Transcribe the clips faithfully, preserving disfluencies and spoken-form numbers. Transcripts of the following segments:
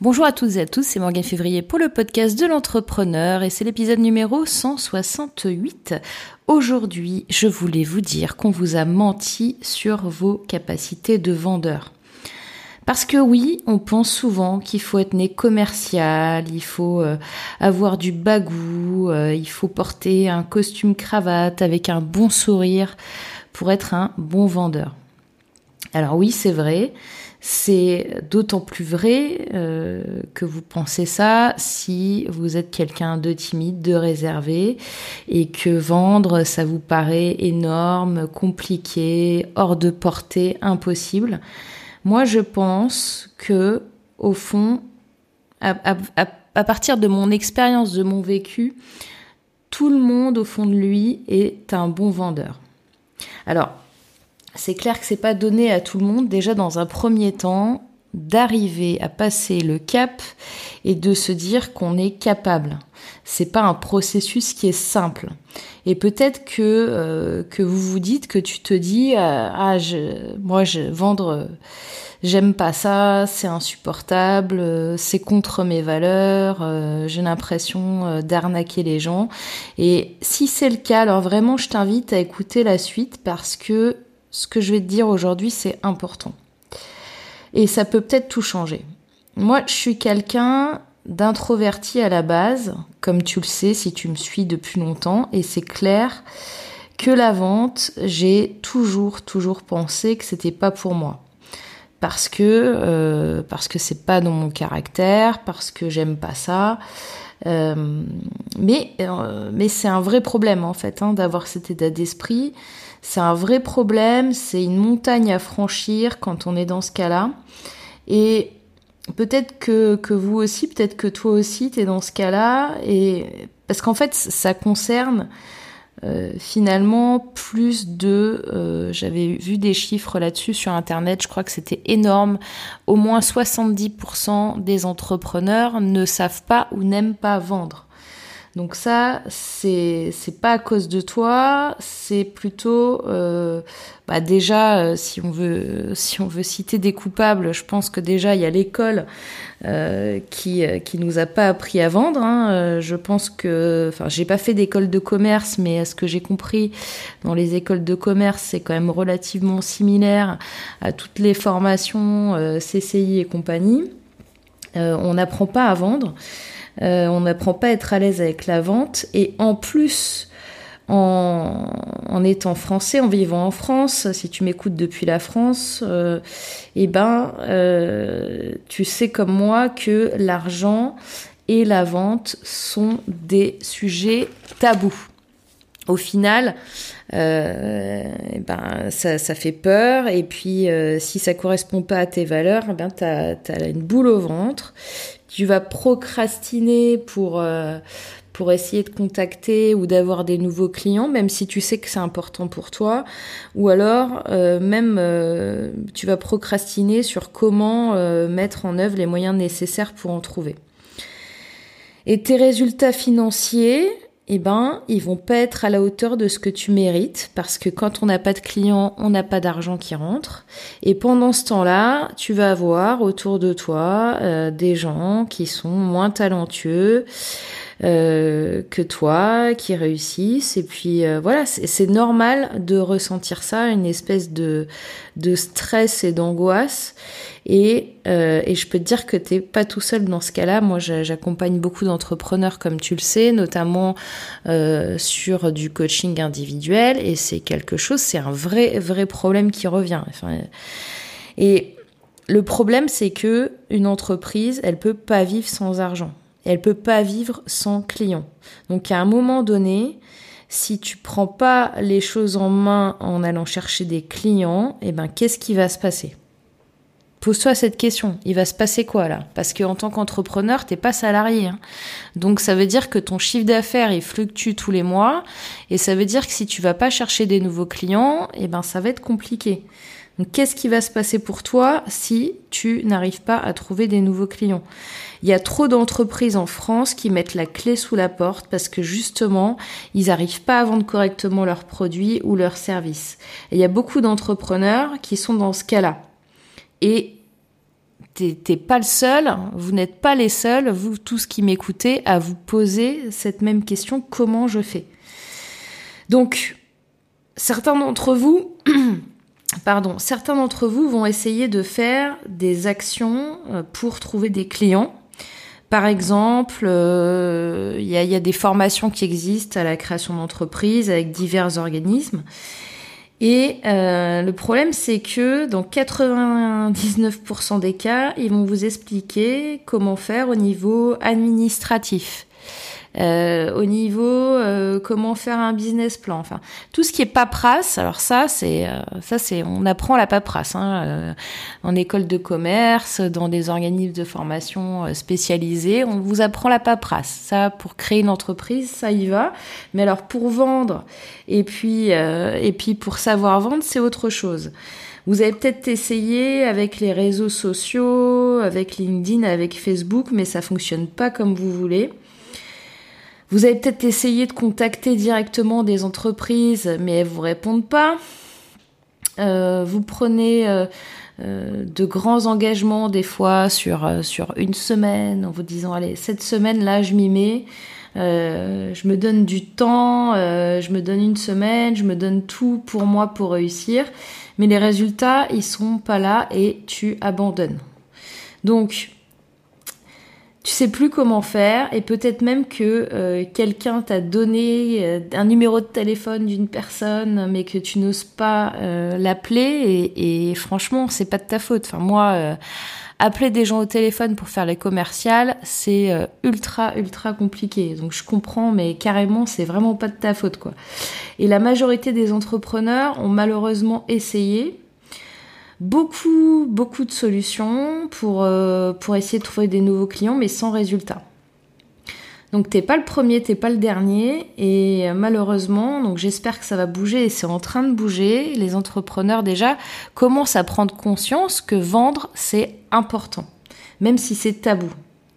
Bonjour à toutes et à tous, c'est Morgane Février pour le podcast de l'entrepreneur et c'est l'épisode numéro cent soixante-huit. Aujourd'hui, je voulais vous dire qu'on vous a menti sur vos capacités de vendeur. Parce que oui, on pense souvent qu'il faut être né commercial, il faut euh, avoir du bagou, euh, il faut porter un costume cravate avec un bon sourire pour être un bon vendeur. Alors oui, c'est vrai. C'est d'autant plus vrai euh, que vous pensez ça si vous êtes quelqu'un de timide, de réservé et que vendre, ça vous paraît énorme, compliqué, hors de portée, impossible. Moi, je pense que, au fond, à, à, à partir de mon expérience, de mon vécu, tout le monde, au fond de lui, est un bon vendeur. Alors, c'est clair que c'est pas donné à tout le monde, déjà dans un premier temps, d'arriver à passer le cap et de se dire qu'on est capable. C'est pas un processus qui est simple. Et peut-être que euh, que vous vous dites, que tu te dis, euh, ah, je, moi, je vendre, euh, j'aime pas ça, c'est insupportable, euh, c'est contre mes valeurs, euh, j'ai l'impression euh, d'arnaquer les gens. Et si c'est le cas, alors vraiment, je t'invite à écouter la suite parce que ce que je vais te dire aujourd'hui, c'est important. Et ça peut peut-être tout changer. Moi, je suis quelqu'un d'introverti à la base, comme tu le sais si tu me suis depuis longtemps, et c'est clair que la vente, j'ai toujours, toujours pensé que c'était pas pour moi. Parce que, euh, parce que c'est pas dans mon caractère, parce que j'aime pas ça. Euh, mais, euh, mais c'est un vrai problème, en fait, hein, d'avoir cet état d'esprit. C'est un vrai problème, c'est une montagne à franchir quand on est dans ce cas-là. Et peut-être que, que vous aussi, peut-être que toi aussi, t'es dans ce cas-là. Et parce qu'en fait, ça concerne euh, finalement plus de... Euh, j'avais vu des chiffres là-dessus sur Internet, je crois que c'était énorme. Au moins soixante-dix pour cent des entrepreneurs ne savent pas ou n'aiment pas vendre. Donc ça, c'est c'est pas à cause de toi, c'est plutôt euh, bah déjà euh, si on veut si on veut citer des coupables, je pense que déjà il y a l'école euh, qui qui nous a pas appris à vendre. Hein. Euh, je pense que, enfin, j'ai pas fait d'école de commerce, mais à ce que j'ai compris dans les écoles de commerce, c'est quand même relativement similaire à toutes les formations euh, C C I et compagnie. Euh, on n'apprend pas à vendre. Euh, on n'apprend pas à être à l'aise avec la vente et en plus, en, en étant français, en vivant en France, si tu m'écoutes depuis la France, euh, eh ben, euh, tu sais comme moi que l'argent et la vente sont des sujets tabous. Au final, euh, eh ben, ça, ça fait peur et puis euh, si ça correspond pas à tes valeurs, eh ben, t'as, t'as une boule au ventre. Tu vas procrastiner pour euh, pour essayer de contacter ou d'avoir des nouveaux clients, même si tu sais que c'est important pour toi. Ou alors, euh, même, euh, tu vas procrastiner sur comment euh, mettre en œuvre les moyens nécessaires pour en trouver. Et tes résultats financiers, eh ben, ils vont pas être à la hauteur de ce que tu mérites parce que quand on n'a pas de clients, on n'a pas d'argent qui rentre. Et pendant ce temps-là, tu vas avoir autour de toi euh, des gens qui sont moins talentueux euh, que toi, qui réussissent. Et puis euh, voilà, c'est, c'est normal de ressentir ça, une espèce de de stress et d'angoisse. Et, euh, et je peux te dire que t'es pas tout seul dans ce cas-là. Moi, j'accompagne beaucoup d'entrepreneurs, comme tu le sais, notamment euh, sur du coaching individuel. Et c'est quelque chose, c'est un vrai, vrai problème qui revient. Enfin, et le problème, c'est que une entreprise, elle peut pas vivre sans argent. Elle peut pas vivre sans clients. Donc, à un moment donné, si tu prends pas les choses en main en allant chercher des clients, eh ben, qu'est-ce qui va se passer ? Pose-toi cette question. Il va se passer quoi là ? Parce qu'en tant qu'entrepreneur, t'es pas salarié. Hein. Donc ça veut dire que ton chiffre d'affaires il fluctue tous les mois, et ça veut dire que si tu vas pas chercher des nouveaux clients, eh ben ça va être compliqué. Donc qu'est-ce qui va se passer pour toi si tu n'arrives pas à trouver des nouveaux clients ? Il y a trop d'entreprises en France qui mettent la clé sous la porte parce que justement, ils n'arrivent pas à vendre correctement leurs produits ou leurs services. Et il y a beaucoup d'entrepreneurs qui sont dans ce cas-là. Et t'es, t'es pas le seul, vous n'êtes pas les seuls, vous tous qui m'écoutez, à vous poser cette même question, comment je fais ? Donc, certains d'entre vous, pardon, certains d'entre vous vont essayer de faire des actions pour trouver des clients. Par exemple, euh, il y a, y a des formations qui existent à la création d'entreprises avec divers organismes. Et euh, le problème, c'est que dans quatre-vingt-dix-neuf pour cent des cas, ils vont vous expliquer comment faire au niveau administratif. Euh, au niveau euh, comment faire un business plan, enfin tout ce qui est paperasse. Alors ça c'est euh, ça c'est on apprend la paperasse hein, euh, en école de commerce, dans des organismes de formation euh, spécialisés, on vous apprend la paperasse. Ça, pour créer une entreprise, ça y va. Mais alors pour vendre et puis euh, et puis pour savoir vendre, c'est autre chose. Vous avez peut-être essayé avec les réseaux sociaux, avec LinkedIn, avec Facebook, mais ça fonctionne pas comme vous voulez. Vous avez peut-être essayé de contacter directement des entreprises, mais elles vous répondent pas. Euh, vous prenez euh, euh, de grands engagements des fois sur euh, sur une semaine, en vous disant allez, cette semaine-là, je m'y mets, euh, je me donne du temps, euh, je me donne une semaine, je me donne tout pour moi pour réussir, mais les résultats ils sont pas là et tu abandonnes. Donc tu sais plus comment faire et peut-être même que euh, quelqu'un t'a donné euh, un numéro de téléphone d'une personne mais que tu n'oses pas euh, l'appeler et, et franchement c'est pas de ta faute. Enfin moi euh, appeler des gens au téléphone pour faire les commerciales c'est euh, ultra ultra compliqué. Donc je comprends mais carrément c'est vraiment pas de ta faute quoi. Et la majorité des entrepreneurs ont malheureusement essayé Beaucoup, beaucoup de solutions pour, euh, pour essayer de trouver des nouveaux clients, mais sans résultat. Donc t'es pas le premier, t'es pas le dernier, et malheureusement, donc j'espère que ça va bouger, et c'est en train de bouger. Les entrepreneurs déjà commencent à prendre conscience que vendre, c'est important, même si c'est tabou.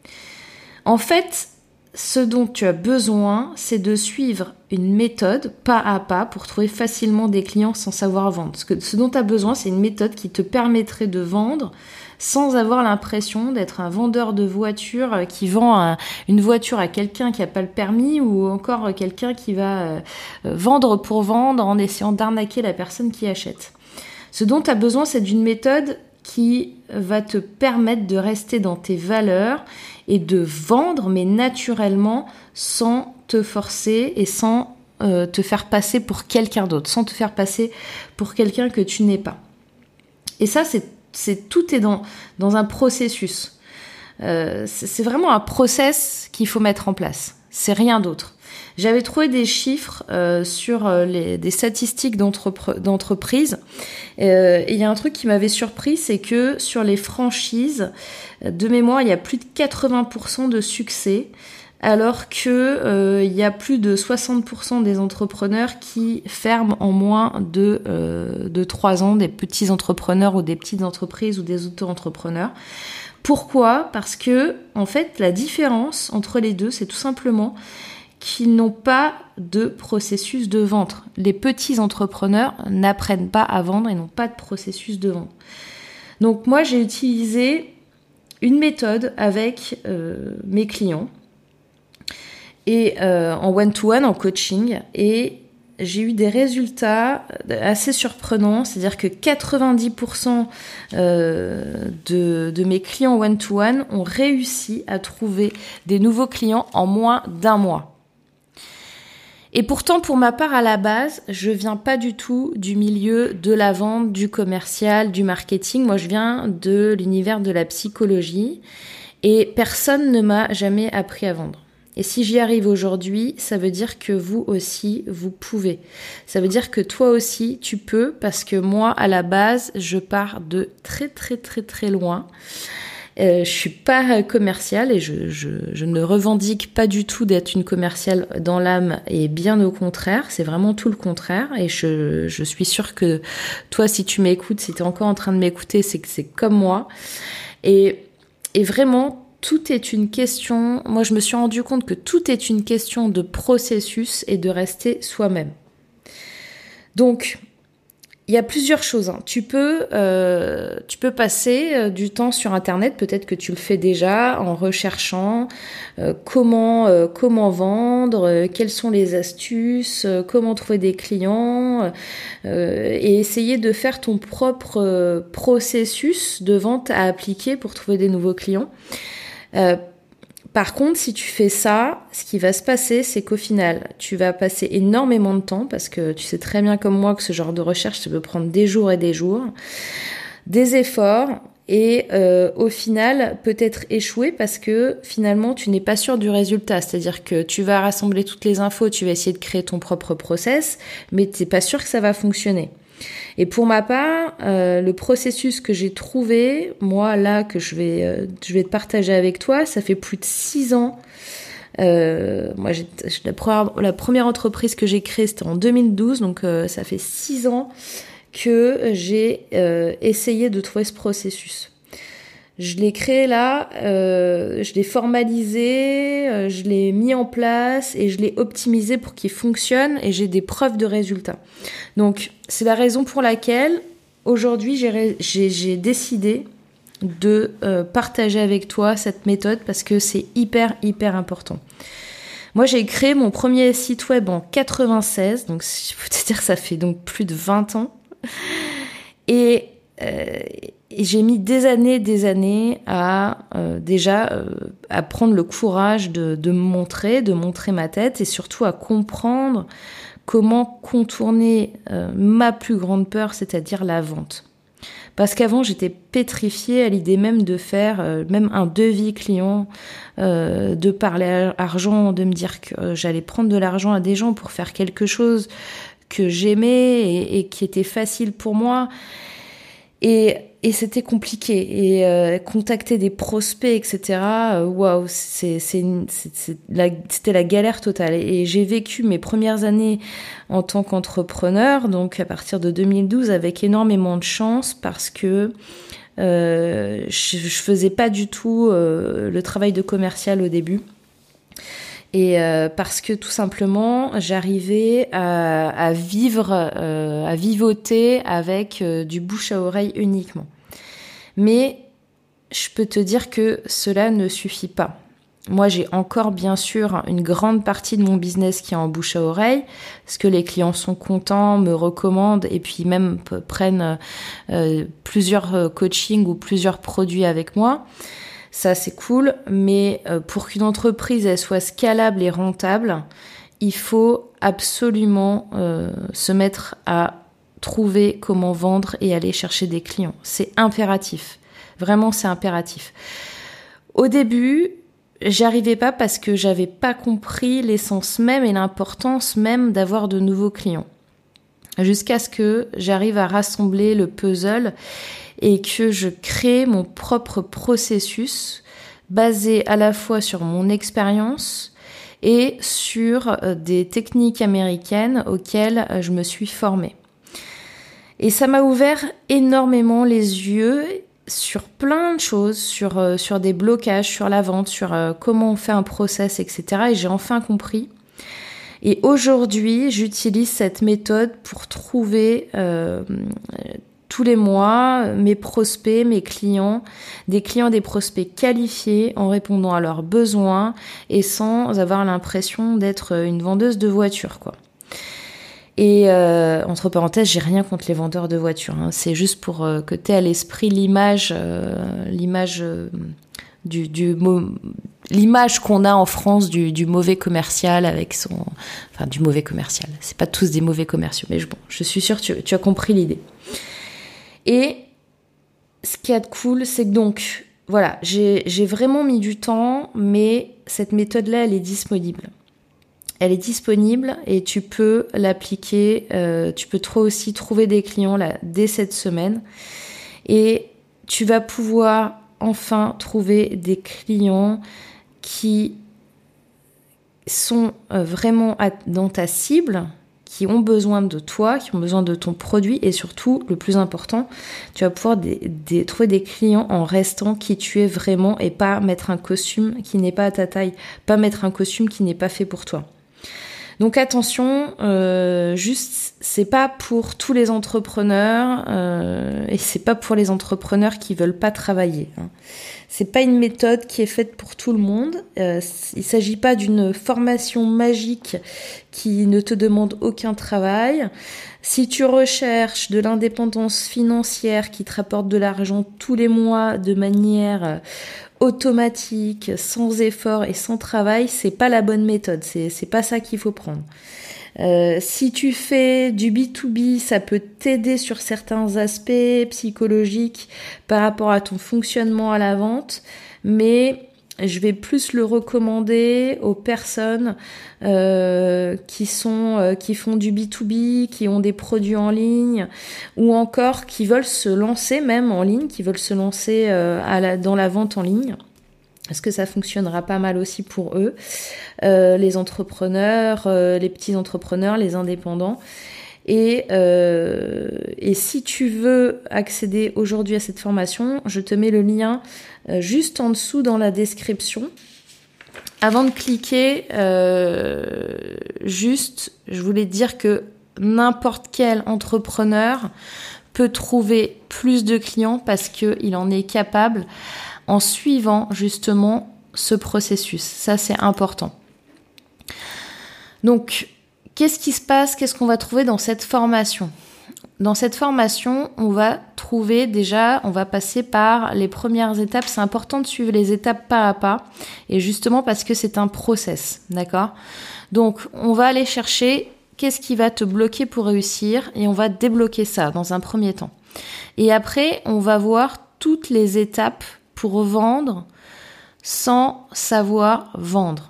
En fait, ce dont tu as besoin, c'est de suivre une méthode pas à pas pour trouver facilement des clients sans savoir vendre. Ce, que, ce dont tu as besoin, c'est une méthode qui te permettrait de vendre sans avoir l'impression d'être un vendeur de voitures qui vend un, une voiture à quelqu'un qui n'a pas le permis ou encore quelqu'un qui va euh, vendre pour vendre en essayant d'arnaquer la personne qui achète. Ce dont tu as besoin, c'est d'une méthode qui va te permettre de rester dans tes valeurs et de vendre, mais naturellement, sans te forcer et sans euh, te faire passer pour quelqu'un d'autre, sans te faire passer pour quelqu'un que tu n'es pas. Et ça, c'est, c'est tout est dans, dans un processus. Euh, c'est, c'est vraiment un process qu'il faut mettre en place. C'est rien d'autre. J'avais trouvé des chiffres euh, sur euh, les, des statistiques d'entrepre- d'entreprise. Euh, et il y a un truc qui m'avait surpris, c'est que sur les franchises, de mémoire, il y a plus de quatre-vingts pour cent de succès, alors que euh, il y a plus de soixante pour cent des entrepreneurs qui ferment en moins de, euh, de trois ans, des petits entrepreneurs ou des petites entreprises ou des auto-entrepreneurs. Pourquoi ? Parce que, en fait, la différence entre les deux, c'est tout simplement qu'ils n'ont pas de processus de vente. Les petits entrepreneurs n'apprennent pas à vendre et n'ont pas de processus de vente. Donc moi, j'ai utilisé une méthode avec euh, mes clients et euh, en one-to-one, en coaching, et j'ai eu des résultats assez surprenants, c'est-à-dire que quatre-vingt-dix pour cent euh, de, de mes clients one-to-one ont réussi à trouver des nouveaux clients en moins d'un mois. Et pourtant, pour ma part, à la base, je viens pas du tout du milieu de la vente, du commercial, du marketing. Moi, je viens de l'univers de la psychologie et personne ne m'a jamais appris à vendre. Et si j'y arrive aujourd'hui, ça veut dire que vous aussi, vous pouvez. Ça veut dire que toi aussi, tu peux, parce que moi, à la base, je pars de très, très, très, très loin. Euh, je suis pas commerciale et je, je, je ne revendique pas du tout d'être une commerciale dans l'âme et bien au contraire, c'est vraiment tout le contraire et je, je suis sûre que toi, si tu m'écoutes, si tu es encore en train de m'écouter, c'est que c'est comme moi. Et, et vraiment, tout est une question, moi je me suis rendu compte que tout est une question de processus et de rester soi-même. Donc, il y a plusieurs choses. Hein. Tu peux, euh, tu peux passer euh, du temps sur Internet. Peut-être que tu le fais déjà en recherchant euh, comment, euh, comment vendre, euh, quelles sont les astuces, euh, comment trouver des clients, euh, et essayer de faire ton propre euh, processus de vente à appliquer pour trouver des nouveaux clients. Euh, Par contre, si tu fais ça, ce qui va se passer, c'est qu'au final, tu vas passer énormément de temps, parce que tu sais très bien comme moi que ce genre de recherche, ça peut prendre des jours et des jours, des efforts, et euh, au final, peut-être échouer parce que finalement, tu n'es pas sûr du résultat. C'est-à-dire que tu vas rassembler toutes les infos, tu vas essayer de créer ton propre process, mais tu n'es pas sûr que ça va fonctionner. Et pour ma part, euh, le processus que j'ai trouvé, moi là que je vais, euh, je vais te partager avec toi, ça fait plus de six ans. Euh, moi, j'ai, la, première, la première entreprise que j'ai créée, c'était en deux mille douze, donc euh, ça fait six ans que j'ai euh, essayé de trouver ce processus. Je l'ai créé là, euh, je l'ai formalisé, euh, je l'ai mis en place et je l'ai optimisé pour qu'il fonctionne et j'ai des preuves de résultats. Donc, c'est la raison pour laquelle aujourd'hui j'ai, j'ai, j'ai décidé de euh, partager avec toi cette méthode parce que c'est hyper, hyper important. Moi, j'ai créé mon premier site web en quatre-vingt-seize, donc je peux te dire que ça fait donc plus de vingt ans. Et Euh, et j'ai mis des années, des années à euh, déjà euh, à prendre le courage de, de me montrer, de montrer ma tête et surtout à comprendre comment contourner euh, ma plus grande peur, c'est-à-dire la vente. Parce qu'avant, j'étais pétrifiée à l'idée même de faire euh, même un devis client, euh, de parler argent, de me dire que euh, j'allais prendre de l'argent à des gens pour faire quelque chose que j'aimais et, et qui était facile pour moi. Et, et c'était compliqué. Et euh, contacter des prospects, et cetera. Waouh, c'est, c'est, c'est, c'est la, c'était la galère totale. Et j'ai vécu mes premières années en tant qu'entrepreneur, donc à partir de deux mille douze, avec énormément de chance parce que euh, je, je faisais pas du tout euh, le travail de commercial au début. Et euh, parce que tout simplement, j'arrivais à, à vivre, euh, à vivoter avec euh, du bouche à oreille uniquement. Mais je peux te dire que cela ne suffit pas. Moi, j'ai encore bien sûr une grande partie de mon business qui est en bouche à oreille, parce que les clients sont contents, me recommandent et puis même p- prennent euh, plusieurs coachings ou plusieurs produits avec moi. Ça, c'est cool, mais pour qu'une entreprise elle soit scalable et rentable, il faut absolument euh, se mettre à trouver comment vendre et aller chercher des clients. C'est impératif. Vraiment, c'est impératif. Au début, j'arrivais pas parce que j'avais pas compris l'essence même et l'importance même d'avoir de nouveaux clients. Jusqu'à ce que j'arrive à rassembler le puzzle et que je crée mon propre processus basé à la fois sur mon expérience et sur des techniques américaines auxquelles je me suis formée. Et ça m'a ouvert énormément les yeux sur plein de choses, sur, sur des blocages, sur la vente, sur comment on fait un process, et cetera. Et j'ai enfin compris. Et aujourd'hui, j'utilise cette méthode pour trouver euh, tous les mois mes prospects, mes clients, des clients, des prospects qualifiés en répondant à leurs besoins et sans avoir l'impression d'être une vendeuse de voitures, quoi. Et euh, entre parenthèses, j'ai rien contre les vendeurs de voitures. Hein. C'est juste pour euh, que tu aies à l'esprit l'image, euh, l'image euh, du, du l'image qu'on a en France du, du mauvais commercial avec son, enfin du mauvais commercial. C'est pas tous des mauvais commerciaux, mais bon, je suis sûre que tu, tu as compris l'idée. Et ce qu'il y a de cool, c'est que donc, voilà, j'ai, j'ai vraiment mis du temps, mais cette méthode-là, elle est disponible. Elle est disponible et tu peux l'appliquer, euh, tu peux toi aussi trouver des clients là dès cette semaine. Et tu vas pouvoir enfin trouver des clients qui sont vraiment dans ta cible, qui ont besoin de toi, qui ont besoin de ton produit et surtout, le plus important, tu vas pouvoir des, des, trouver des clients en restant qui tu es vraiment et pas mettre un costume qui n'est pas à ta taille, pas mettre un costume qui n'est pas fait pour toi. Donc attention, euh, juste, c'est pas pour tous les entrepreneurs euh, et c'est pas pour les entrepreneurs qui veulent pas travailler. Hein. C'est pas une méthode qui est faite pour tout le monde. Euh, il s'agit pas d'une formation magique qui ne te demande aucun travail. Si tu recherches de l'indépendance financière qui te rapporte de l'argent tous les mois de manière automatique, sans effort et sans travail, c'est pas la bonne méthode. C'est, c'est pas ça qu'il faut prendre. Euh, si tu fais du B deux B, ça peut t'aider sur certains aspects psychologiques par rapport à ton fonctionnement à la vente, mais je vais plus le recommander aux personnes euh, qui sont euh, qui font du B deux B, qui ont des produits en ligne, ou encore qui veulent se lancer même en ligne, qui veulent se lancer euh, à la, dans la vente en ligne. Parce que ça fonctionnera pas mal aussi pour eux, euh, les entrepreneurs, euh, les petits entrepreneurs, les indépendants. Et, euh, et si tu veux accéder aujourd'hui à cette formation, je te mets le lien euh, juste en dessous dans la description. Avant de cliquer, euh, juste, je voulais te dire que n'importe quel entrepreneur peut trouver plus de clients parce qu'il en est capable en suivant justement ce processus. Ça, c'est important. Donc, qu'est-ce qui se passe? Qu'est-ce qu'on va trouver dans cette formation? Dans cette formation, on va trouver déjà, on va passer par les premières étapes. C'est important de suivre les étapes pas à pas, et justement parce que c'est un process, d'accord? Donc, on va aller chercher qu'est-ce qui va te bloquer pour réussir, et on va débloquer ça dans un premier temps. Et après, on va voir toutes les étapes pour vendre sans savoir vendre.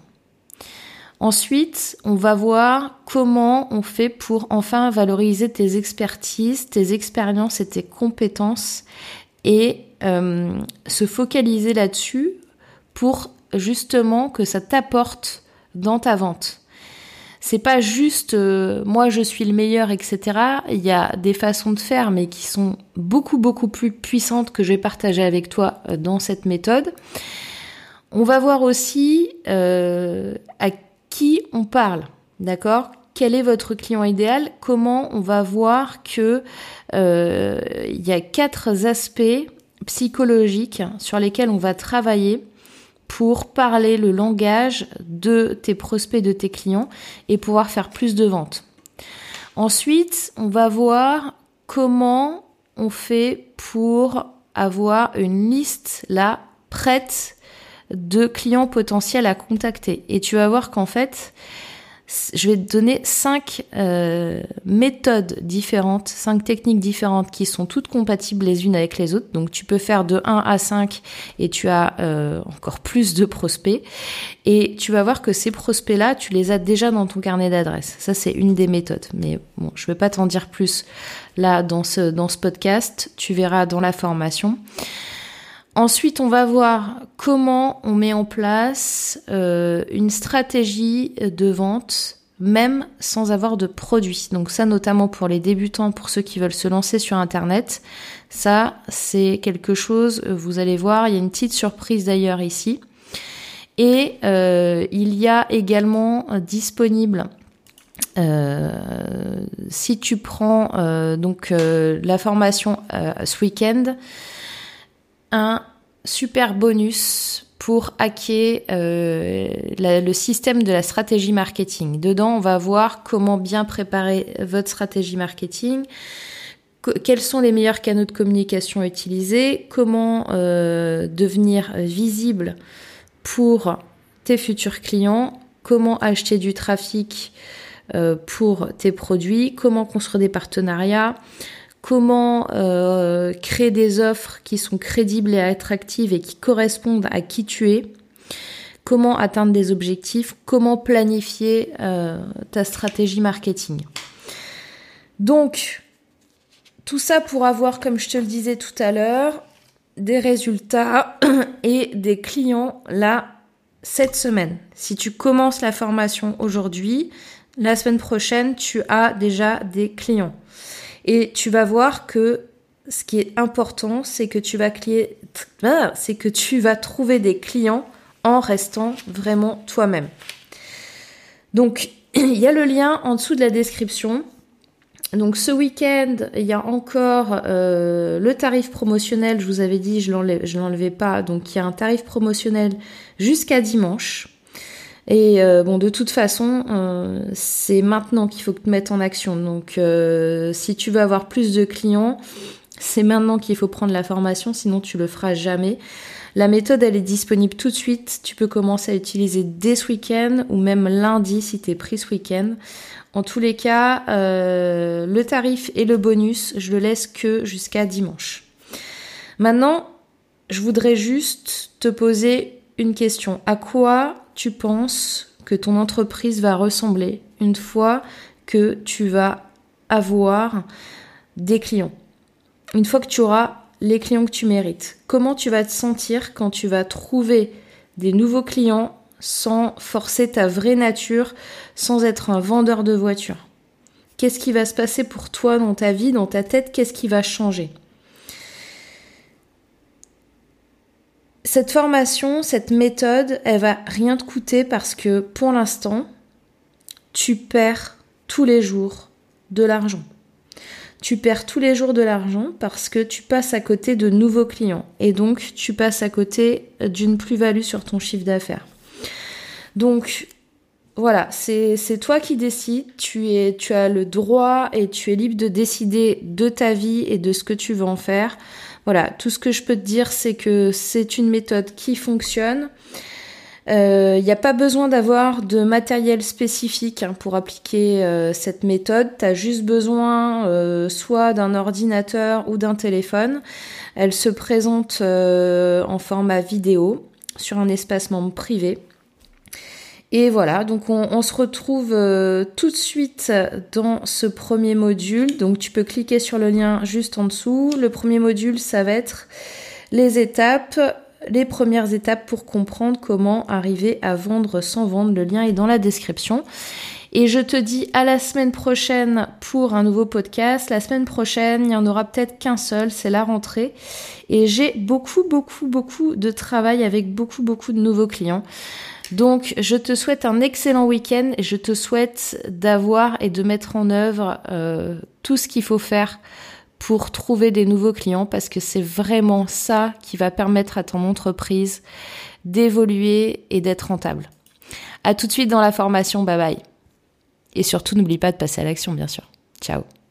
Ensuite, on va voir comment on fait pour enfin valoriser tes expertises, tes expériences et tes compétences et euh, se focaliser là-dessus pour justement que ça t'apporte dans ta vente. C'est pas juste euh, moi je suis le meilleur, et cetera. Il y a des façons de faire, mais qui sont beaucoup beaucoup plus puissantes que je vais partager avec toi euh, dans cette méthode. On va voir aussi euh, à qui on parle, d'accord ? Quel est votre client idéal ? Comment on va voir que euh, il y a quatre aspects psychologiques sur lesquels on va travailler pour parler le langage de tes prospects, de tes clients et pouvoir faire plus de ventes. Ensuite, on va voir comment on fait pour avoir une liste là prête de clients potentiels à contacter. Et tu vas voir qu'en fait, je vais te donner cinq euh, méthodes différentes, cinq techniques différentes qui sont toutes compatibles les unes avec les autres. Donc tu peux faire de un à cinq et tu as euh, encore plus de prospects. Et tu vas voir que ces prospects-là, tu les as déjà dans ton carnet d'adresses. Ça, c'est une des méthodes. Mais bon, je ne vais pas t'en dire plus là dans ce, dans ce podcast. Tu verras dans la formation. Ensuite, on va voir comment on met en place euh, une stratégie de vente, même sans avoir de produit. Donc ça, notamment pour les débutants, pour ceux qui veulent se lancer sur Internet, ça, c'est quelque chose, vous allez voir, il y a une petite surprise d'ailleurs ici. Et euh, il y a également euh, disponible, euh, si tu prends euh, donc euh, la formation euh, ce week-end, un super bonus pour hacker euh, la, le système de la stratégie marketing. Dedans, on va voir comment bien préparer votre stratégie marketing, que, quels sont les meilleurs canaux de communication à utiliser, comment euh, devenir visible pour tes futurs clients, comment acheter du trafic euh, pour tes produits, comment construire des partenariats, comment euh, créer des offres qui sont crédibles et attractives et qui correspondent à qui tu es, comment atteindre des objectifs, comment planifier euh, ta stratégie marketing. Donc, tout ça pour avoir, comme je te le disais tout à l'heure, des résultats et des clients là, cette semaine. Si tu commences la formation aujourd'hui, la semaine prochaine, tu as déjà des clients. Et tu vas voir que ce qui est important, c'est que tu vas clier, c'est que tu vas trouver des clients en restant vraiment toi-même. Donc, Il y a le lien en dessous de la description. Donc ce week-end, il y a encore euh, le tarif promotionnel. Je vous avais dit, je l'enlève, je l'enlevais pas. Donc il y a un tarif promotionnel jusqu'à dimanche. Et euh, bon, de toute façon, euh, c'est maintenant qu'il faut te mettre en action. Donc euh, si tu veux avoir plus de clients, c'est maintenant qu'il faut prendre la formation, sinon tu le feras jamais. La méthode, elle est disponible tout de suite. Tu peux commencer à utiliser dès ce week-end ou même lundi si t'es pris ce week-end. En tous les cas, euh, le tarif et le bonus, je le laisse que jusqu'à dimanche. Maintenant, je voudrais juste te poser une question. À quoi tu penses que ton entreprise va ressembler une fois que tu vas avoir des clients? Une fois que tu auras les clients que tu mérites. Comment tu vas te sentir quand tu vas trouver des nouveaux clients sans forcer ta vraie nature, sans être un vendeur de voitures? Qu'est-ce qui va se passer pour toi dans ta vie, dans ta tête? Qu'est-ce qui va changer? Cette formation, cette méthode, elle va rien te coûter parce que pour l'instant, tu perds tous les jours de l'argent. Tu perds tous les jours de l'argent parce que tu passes à côté de nouveaux clients et donc tu passes à côté d'une plus-value sur ton chiffre d'affaires. Donc voilà, c'est, c'est toi qui décides, tu, es, tu as le droit et tu es libre de décider de ta vie et de ce que tu veux en faire. Voilà, tout ce que je peux te dire, c'est que c'est une méthode qui fonctionne. Il euh, n'y a pas besoin d'avoir de matériel spécifique hein, pour appliquer euh, cette méthode. Tu as juste besoin euh, soit d'un ordinateur ou d'un téléphone. Elle se présente euh, en format vidéo sur un espace membre privé. Et voilà, donc on, on se retrouve euh, tout de suite dans ce premier module. Donc tu peux cliquer sur le lien juste en dessous. Le premier module, ça va être les étapes. Les premières étapes pour comprendre comment arriver à vendre sans vendre. Le lien est dans la description. Et je te dis à la semaine prochaine pour un nouveau podcast. La semaine prochaine, il n'y en aura peut-être qu'un seul, c'est la rentrée. Et j'ai beaucoup, beaucoup, beaucoup de travail avec beaucoup, beaucoup de nouveaux clients. Donc, je te souhaite un excellent week-end et je te souhaite d'avoir et de mettre en œuvre euh, tout ce qu'il faut faire pour trouver des nouveaux clients parce que c'est vraiment ça qui va permettre à ton entreprise d'évoluer et d'être rentable. À tout de suite dans la formation, bye bye. Et surtout, n'oublie pas de passer à l'action, bien sûr. Ciao.